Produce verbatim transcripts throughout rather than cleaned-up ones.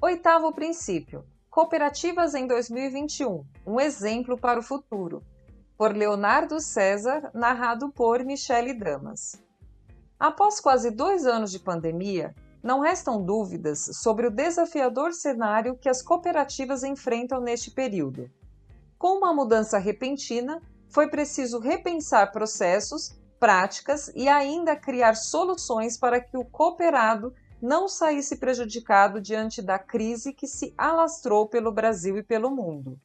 Oitavo princípio: Cooperativas em dois mil e vinte e um, um exemplo para o futuro, por Leonardo César, narrado por Michele Damas. Após quase dois anos de pandemia, não restam dúvidas sobre o desafiador cenário que as cooperativas enfrentam neste período. Com uma mudança repentina, foi preciso repensar processos, práticas e ainda criar soluções para que o cooperado não saísse prejudicado diante da crise que se alastrou pelo Brasil e pelo mundo.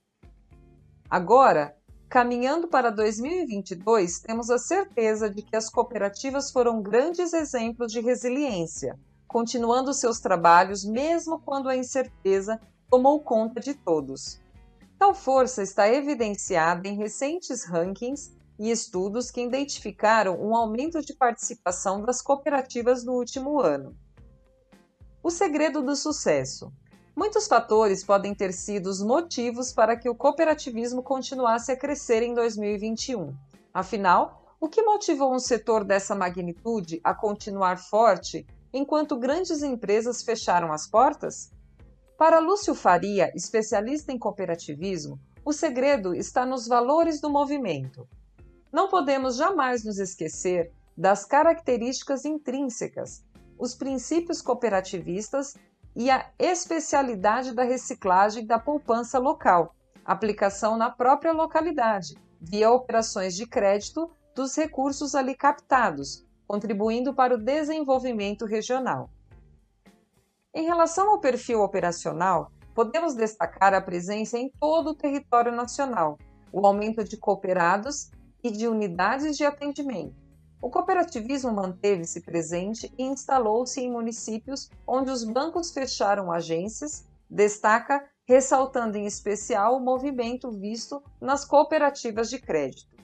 Agora, caminhando para dois mil e vinte e dois, temos a certeza de que as cooperativas foram grandes exemplos de resiliência, continuando seus trabalhos mesmo quando a incerteza tomou conta de todos. Tal força está evidenciada em recentes rankings e estudos que identificaram um aumento de participação das cooperativas no último ano. O segredo do sucesso. Muitos fatores podem ter sido os motivos para que o cooperativismo continuasse a crescer em dois mil e vinte e um. Afinal, o que motivou um setor dessa magnitude a continuar forte enquanto grandes empresas fecharam as portas? Para Lúcio Faria, especialista em cooperativismo, o segredo está nos valores do movimento. Não podemos jamais nos esquecer das características intrínsecas, os princípios cooperativistas e a especialidade da reciclagem da poupança local, aplicação na própria localidade, via operações de crédito dos recursos ali captados, contribuindo para o desenvolvimento regional. Em relação ao perfil operacional, podemos destacar a presença em todo o território nacional, o aumento de cooperados e de unidades de atendimento. O cooperativismo manteve-se presente e instalou-se em municípios onde os bancos fecharam agências, destaca, ressaltando em especial o movimento visto nas cooperativas de crédito.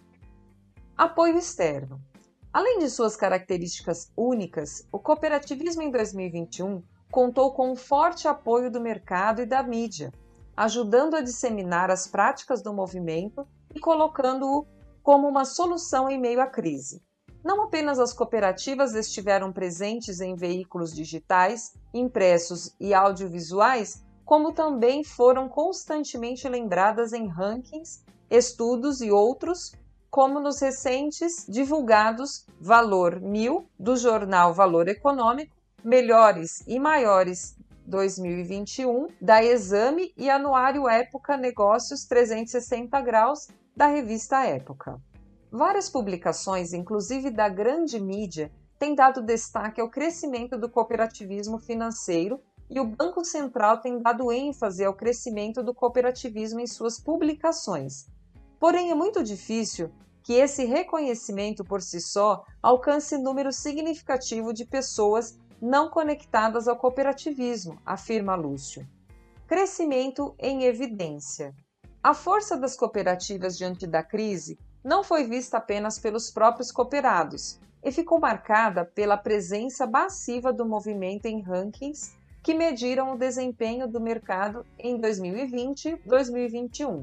Apoio externo. Além de suas características únicas, o cooperativismo em dois mil e vinte e um contou com um forte apoio do mercado e da mídia, ajudando a disseminar as práticas do movimento e colocando-o como uma solução em meio à crise. Não apenas as cooperativas estiveram presentes em veículos digitais, impressos e audiovisuais, como também foram constantemente lembradas em rankings, estudos e outros, como nos recentes divulgados Valor mil, do jornal Valor Econômico, Melhores e Maiores dois mil e vinte e um, da Exame e Anuário Época Negócios trezentos e sessenta graus, da revista Época. Várias publicações, inclusive da grande mídia, têm dado destaque ao crescimento do cooperativismo financeiro e o Banco Central tem dado ênfase ao crescimento do cooperativismo em suas publicações. Porém, é muito difícil que esse reconhecimento por si só alcance número significativo de pessoas não conectadas ao cooperativismo, afirma Lúcio. Crescimento em evidência. A força das cooperativas diante da crise não foi vista apenas pelos próprios cooperados e ficou marcada pela presença massiva do movimento em rankings que mediram o desempenho do mercado em dois mil e vinte e dois mil e vinte e um.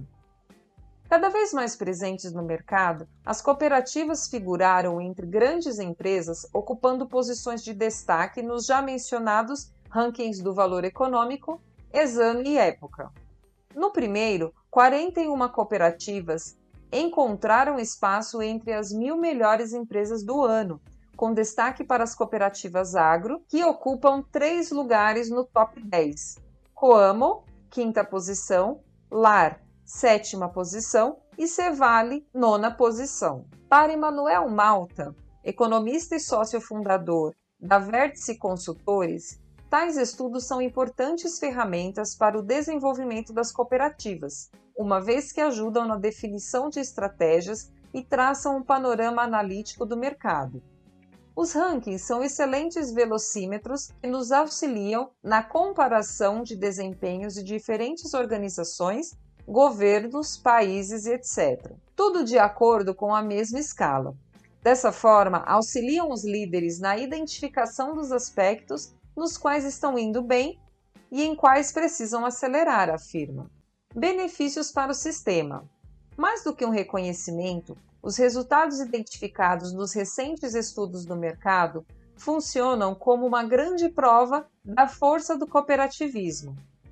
Cada vez mais presentes no mercado, as cooperativas figuraram entre grandes empresas, ocupando posições de destaque nos já mencionados rankings do Valor Econômico, Exame e Época. No primeiro, quarenta e uma cooperativas encontraram espaço entre as mil melhores empresas do ano, com destaque para as cooperativas agro, que ocupam três lugares no top dez. Coamo, quinta posição, Lar, sétima posição e Cevale, nona posição. Para Emanuel Malta, economista e sócio fundador da Vértice Consultores, tais estudos são importantes ferramentas para o desenvolvimento das cooperativas, uma vez que ajudam na definição de estratégias e traçam um panorama analítico do mercado. Os rankings são excelentes velocímetros que nos auxiliam na comparação de desempenhos de diferentes organizações, governos, países, etcétera. Tudo de acordo com a mesma escala. Dessa forma, auxiliam os líderes na identificação dos aspectos nos quais estão indo bem e em quais precisam acelerar, afirma. Benefícios para o sistema. Mais do que um reconhecimento, os resultados identificados nos recentes estudos do mercado funcionam como uma grande prova da força do cooperativismo.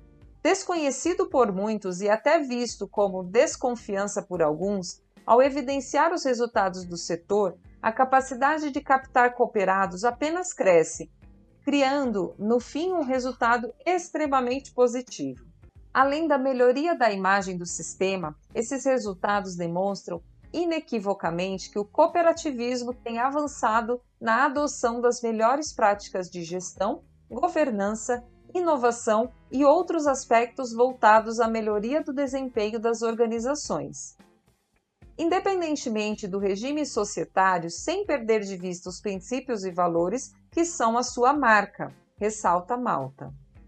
Desconhecido por muitos e até visto como desconfiança por alguns, ao evidenciar os resultados do setor, a capacidade de captar cooperados apenas cresce, criando, no fim, um resultado extremamente positivo. Além da melhoria da imagem do sistema, esses resultados demonstram inequivocamente que o cooperativismo tem avançado na adoção das melhores práticas de gestão, governança, inovação e outros aspectos voltados à melhoria do desempenho das organizações. Independentemente do regime societário, sem perder de vista os princípios e valores que são a sua marca, ressalta Malta.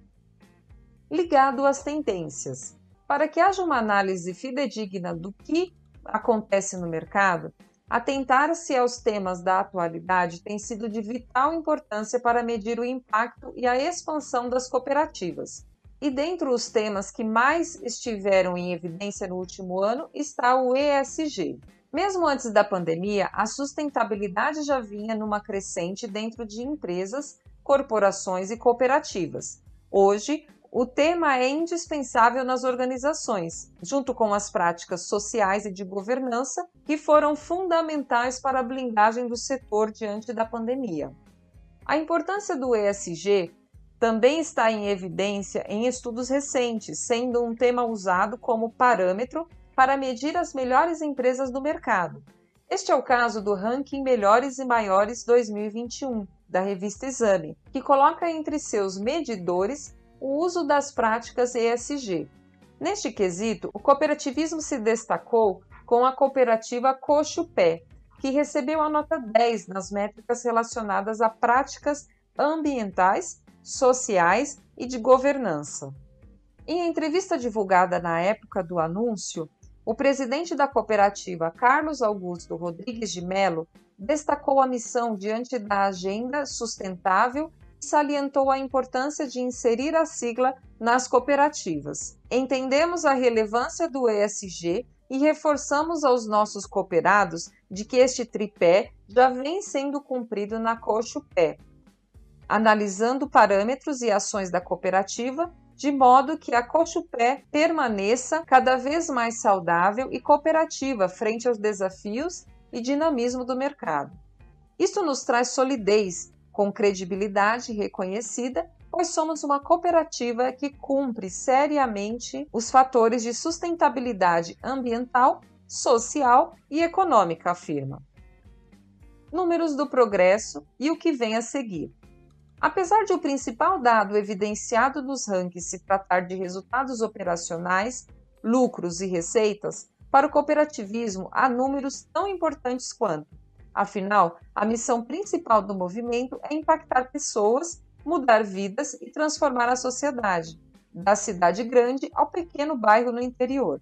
Ligado às tendências. Para que haja uma análise fidedigna do que acontece no mercado, atentar-se aos temas da atualidade tem sido de vital importância para medir o impacto e a expansão das cooperativas. E dentre os temas que mais estiveram em evidência no último ano está o E S G. Mesmo antes da pandemia, a sustentabilidade já vinha numa crescente dentro de empresas, corporações e cooperativas. Hoje, o tema é indispensável nas organizações, junto com as práticas sociais e de governança, que foram fundamentais para a blindagem do setor diante da pandemia. A importância do E S G também está em evidência em estudos recentes, sendo um tema usado como parâmetro para medir as melhores empresas do mercado. Este é o caso do ranking Melhores e Maiores dois mil e vinte e um, da revista Exame, que coloca entre seus medidores o uso das práticas E S G. Neste quesito, o cooperativismo se destacou com a cooperativa Cochupé, que recebeu a nota dez nas métricas relacionadas a práticas ambientais, sociais e de governança. Em entrevista divulgada na época do anúncio, o presidente da cooperativa, Carlos Augusto Rodrigues de Mello, destacou a missão diante da agenda sustentável e salientou a importância de inserir a sigla nas cooperativas. Entendemos a relevância do E S G e reforçamos aos nossos cooperados de que este tripé já vem sendo cumprido na Cochupé, analisando parâmetros e ações da cooperativa, de modo que a Cochupé permaneça cada vez mais saudável e cooperativa frente aos desafios e dinamismo do mercado. Isso nos traz solidez, com credibilidade reconhecida, pois somos uma cooperativa que cumpre seriamente os fatores de sustentabilidade ambiental, social e econômica, afirma. Números do progresso e o que vem a seguir. Apesar de o principal dado evidenciado nos rankings se tratar de resultados operacionais, lucros e receitas, para o cooperativismo há números tão importantes quanto. Afinal, a missão principal do movimento é impactar pessoas, mudar vidas e transformar a sociedade, da cidade grande ao pequeno bairro no interior.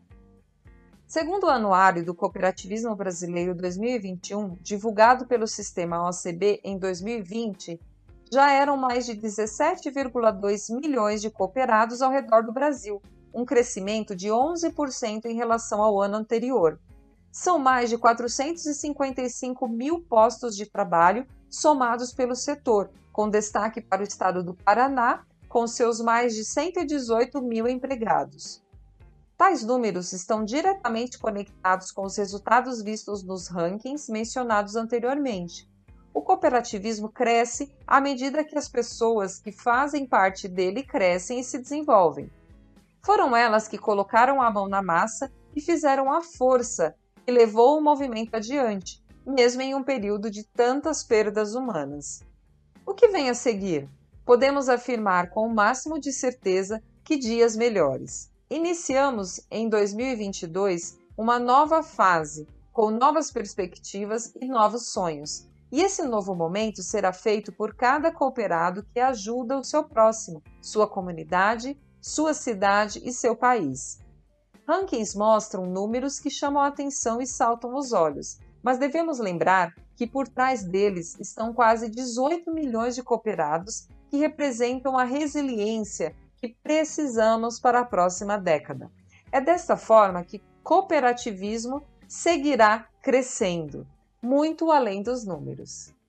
Segundo o Anuário do Cooperativismo Brasileiro dois mil e vinte e um, divulgado pelo Sistema O C B em dois mil e vinte, já eram mais de dezessete vírgula dois milhões de cooperados ao redor do Brasil, um crescimento de onze por cento em relação ao ano anterior. São mais de quatrocentos e cinquenta e cinco mil postos de trabalho somados pelo setor, com destaque para o estado do Paraná, com seus mais de cento e dezoito mil empregados. Tais números estão diretamente conectados com os resultados vistos nos rankings mencionados anteriormente. O cooperativismo cresce à medida que as pessoas que fazem parte dele crescem e se desenvolvem. Foram elas que colocaram a mão na massa e fizeram a força que levou o movimento adiante, mesmo em um período de tantas perdas humanas. O que vem a seguir? Podemos afirmar com o máximo de certeza que dias melhores. Iniciamos em dois mil e vinte e dois uma nova fase, com novas perspectivas e novos sonhos. E esse novo momento será feito por cada cooperado que ajuda o seu próximo, sua comunidade, sua cidade e seu país. Rankings mostram números que chamam a atenção e saltam os olhos, mas devemos lembrar que por trás deles estão quase dezoito milhões de cooperados que representam a resiliência que precisamos para a próxima década. É desta forma que cooperativismo seguirá crescendo, muito além dos números.